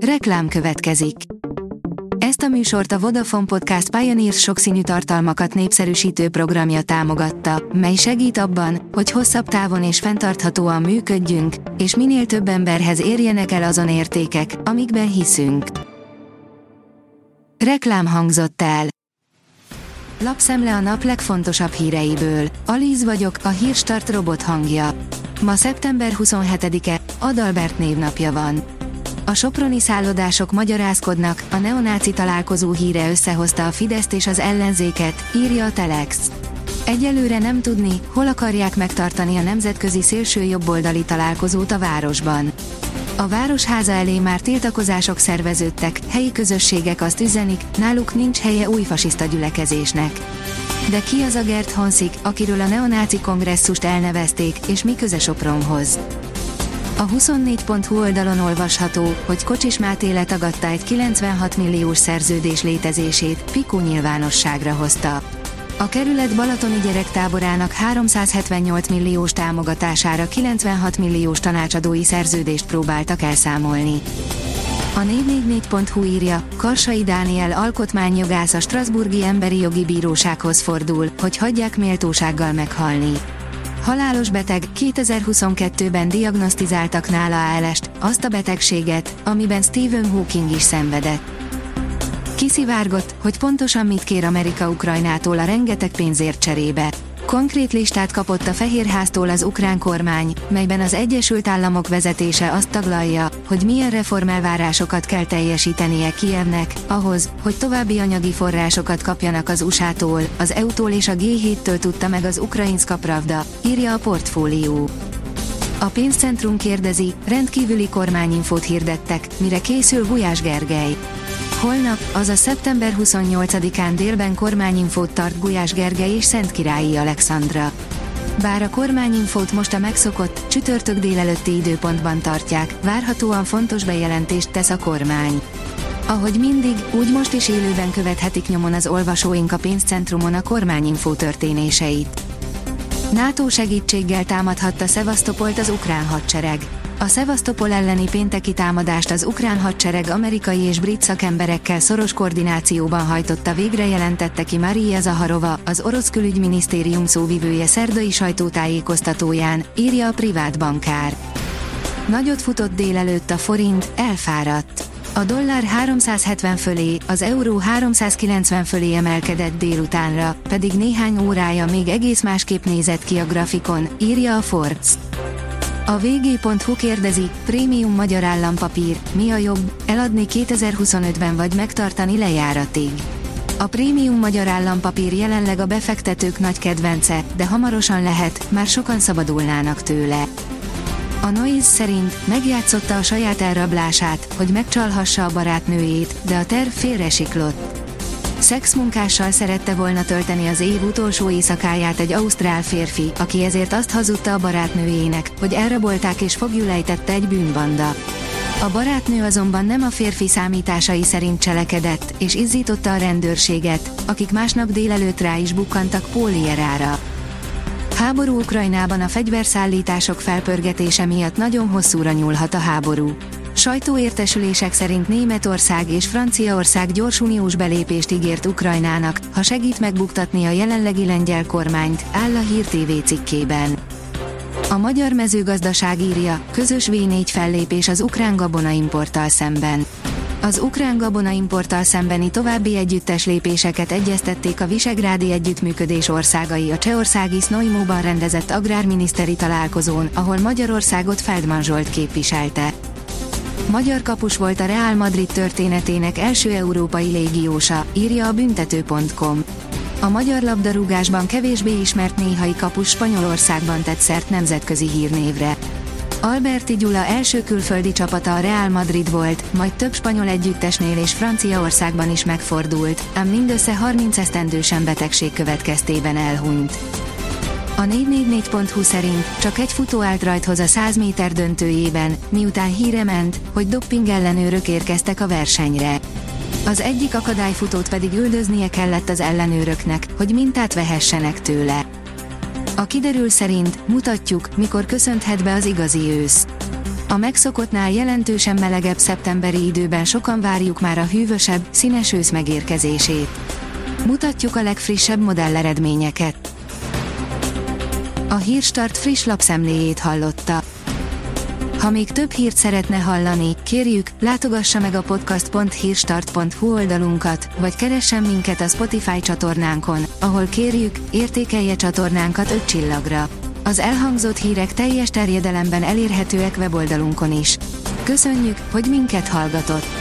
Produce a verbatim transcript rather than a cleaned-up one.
Reklám következik. Ezt a műsort a Vodafone Podcast Pioneers sokszínű tartalmakat népszerűsítő programja támogatta, mely segít abban, hogy hosszabb távon és fenntarthatóan működjünk, és minél több emberhez érjenek el azon értékek, amikben hiszünk. Reklám hangzott el. Lapszemle a nap legfontosabb híreiből. Alíz vagyok, a Hírstart robot hangja. Ma szeptember huszonhetedike, Adalbert névnapja van. A soproni szállodások magyarázkodnak, a neonáci találkozó híre összehozta a Fideszt és az ellenzéket, írja a Telex. Egyelőre nem tudni, hol akarják megtartani a nemzetközi szélsőjobboldali találkozót a városban. A Városháza elé már tiltakozások szerveződtek, helyi közösségek azt üzenik, náluk nincs helye új fasiszta gyülekezésnek. De ki az a Gert Hansik, akiről a neonáci kongresszust elnevezték, és mi köze Sopronhoz? A huszonnégy pont hu oldalon olvasható, hogy Kocsis Máté letagadta egy kilencvenhat milliós szerződés létezését, Piku nyilvánosságra hozta. A kerület balatoni gyerektáborának háromszázhetvennyolc milliós támogatására kilencvenhat milliós tanácsadói szerződést próbáltak elszámolni. A négy négy négy pont hu írja, Karsai Dániel alkotmányjogász a Strasbourgi Emberi Jogi Bírósághoz fordul, hogy hagyják méltósággal meghalni. Halálos beteg, kétezer-huszonkettőben diagnosztizáltak nála á el est, azt a betegséget, amiben Stephen Hawking is szenvedett. Kiszivárgott, hogy pontosan mit kér Amerika Ukrajnától a rengeteg pénzért cserébe. Konkrét listát kapott a Fehérháztól az ukrán kormány, melyben az Egyesült Államok vezetése azt taglalja, hogy milyen reformelvárásokat kell teljesítenie Kijevnek, ahhoz, hogy további anyagi forrásokat kapjanak az u es á-tól, az é u-tól és a gé héttől tudta meg az Ukrajinszka Pravda, írja a Portfólió. A pénzcentrum kérdezi, rendkívüli kormányinfót hirdettek, mire készül Gulyás Gergely. Holnap, azaz szeptember huszonnyolcadikán délben kormányinfót tart Gulyás Gergely és Szentkirályi Alexandra. Bár a kormányinfót most a megszokott, csütörtök délelőtti időpontban tartják, várhatóan fontos bejelentést tesz a kormány. Ahogy mindig, úgy most is élőben követhetik nyomon az olvasóink a pénzcentrumon a kormányinfó történéseit. NATO segítséggel támadhatta Szevasztopolt az ukrán hadsereg. A Szevasztopol elleni pénteki támadást az ukrán hadsereg amerikai és brit szakemberekkel szoros koordinációban hajtotta végre, jelentette ki Maria Zaharova, az orosz külügyminisztérium szóvivője szerdai sajtótájékoztatóján, írja a privát bankár. Nagyot futott délelőtt a forint, elfáradt. A dollár háromszázhetven fölé, az euró háromszázkilencven fölé emelkedett délutánra, pedig néhány órája még egész másképp nézett ki a grafikon, írja a Forbes. A vé gé pont hu kérdezi, prémium magyar állampapír, mi a jobb, eladni kétezer-huszonötben vagy megtartani lejáratig. A prémium magyar állampapír jelenleg a befektetők nagy kedvence, de hamarosan lehet, már sokan szabadulnának tőle. A Noise szerint megjátszotta a saját elrablását, hogy megcsalhassa a barátnőjét, de a terv félresiklott. Szexmunkással szerette volna tölteni az év utolsó éjszakáját egy ausztrál férfi, aki ezért azt hazudta a barátnőjének, hogy elrabolták és foglyulejtette egy bűnbanda. A barátnő azonban nem a férfi számításai szerint cselekedett, és izzította a rendőrséget, akik másnap délelőtt rá is bukkantak Paulierára. Háború Ukrajnában, a fegyverszállítások felpörgetése miatt nagyon hosszúra nyúlhat a háború. Sajtóértesülések szerint Németország és Franciaország gyors uniós belépést ígért Ukrajnának, ha segít megbuktatni a jelenlegi lengyel kormányt, áll a Hír té vé cikkében. A magyar mezőgazdaság írja, közös vé négy fellépés az ukrán gabonaimporttal szemben. Az ukrán gabonaimporttal szembeni további együttes lépéseket egyeztették a Visegrádi Együttműködés országai a csehországi Znojmóban rendezett agrárminiszteri találkozón, ahol Magyarországot Feldman Zsolt képviselte. Magyar kapus volt a Real Madrid történetének első európai légiósa, írja a büntető pont com. A magyar labdarúgásban kevésbé ismert néhai kapus Spanyolországban tett szert nemzetközi hírnévre. Alberti Gyula első külföldi csapata a Real Madrid volt, majd több spanyol együttesnél és Franciaországban is megfordult, ám mindössze harminc esztendősen betegség következtében elhunyt. A négy négy négy pont hu szerint csak egy futó állt rajthoz a száz méter döntőjében, miután híre ment, hogy dopping ellenőrök érkeztek a versenyre. Az egyik akadályfutót pedig üldöznie kellett az ellenőröknek, hogy mintát vehessenek tőle. A kiderül szerint mutatjuk, mikor köszönthet be az igazi ősz. A megszokottnál jelentősen melegebb szeptemberi időben sokan várjuk már a hűvösebb, színes ősz megérkezését. Mutatjuk a legfrissebb modelleredményeket. A Hírstart friss lapszemléjét hallotta. Ha még több hírt szeretne hallani, kérjük, látogassa meg a podcast pont hírstart pont hu oldalunkat, vagy keressen minket a Spotify csatornánkon, ahol kérjük, értékelje csatornánkat öt csillagra. Az elhangzott hírek teljes terjedelemben elérhetőek weboldalunkon is. Köszönjük, hogy minket hallgatott!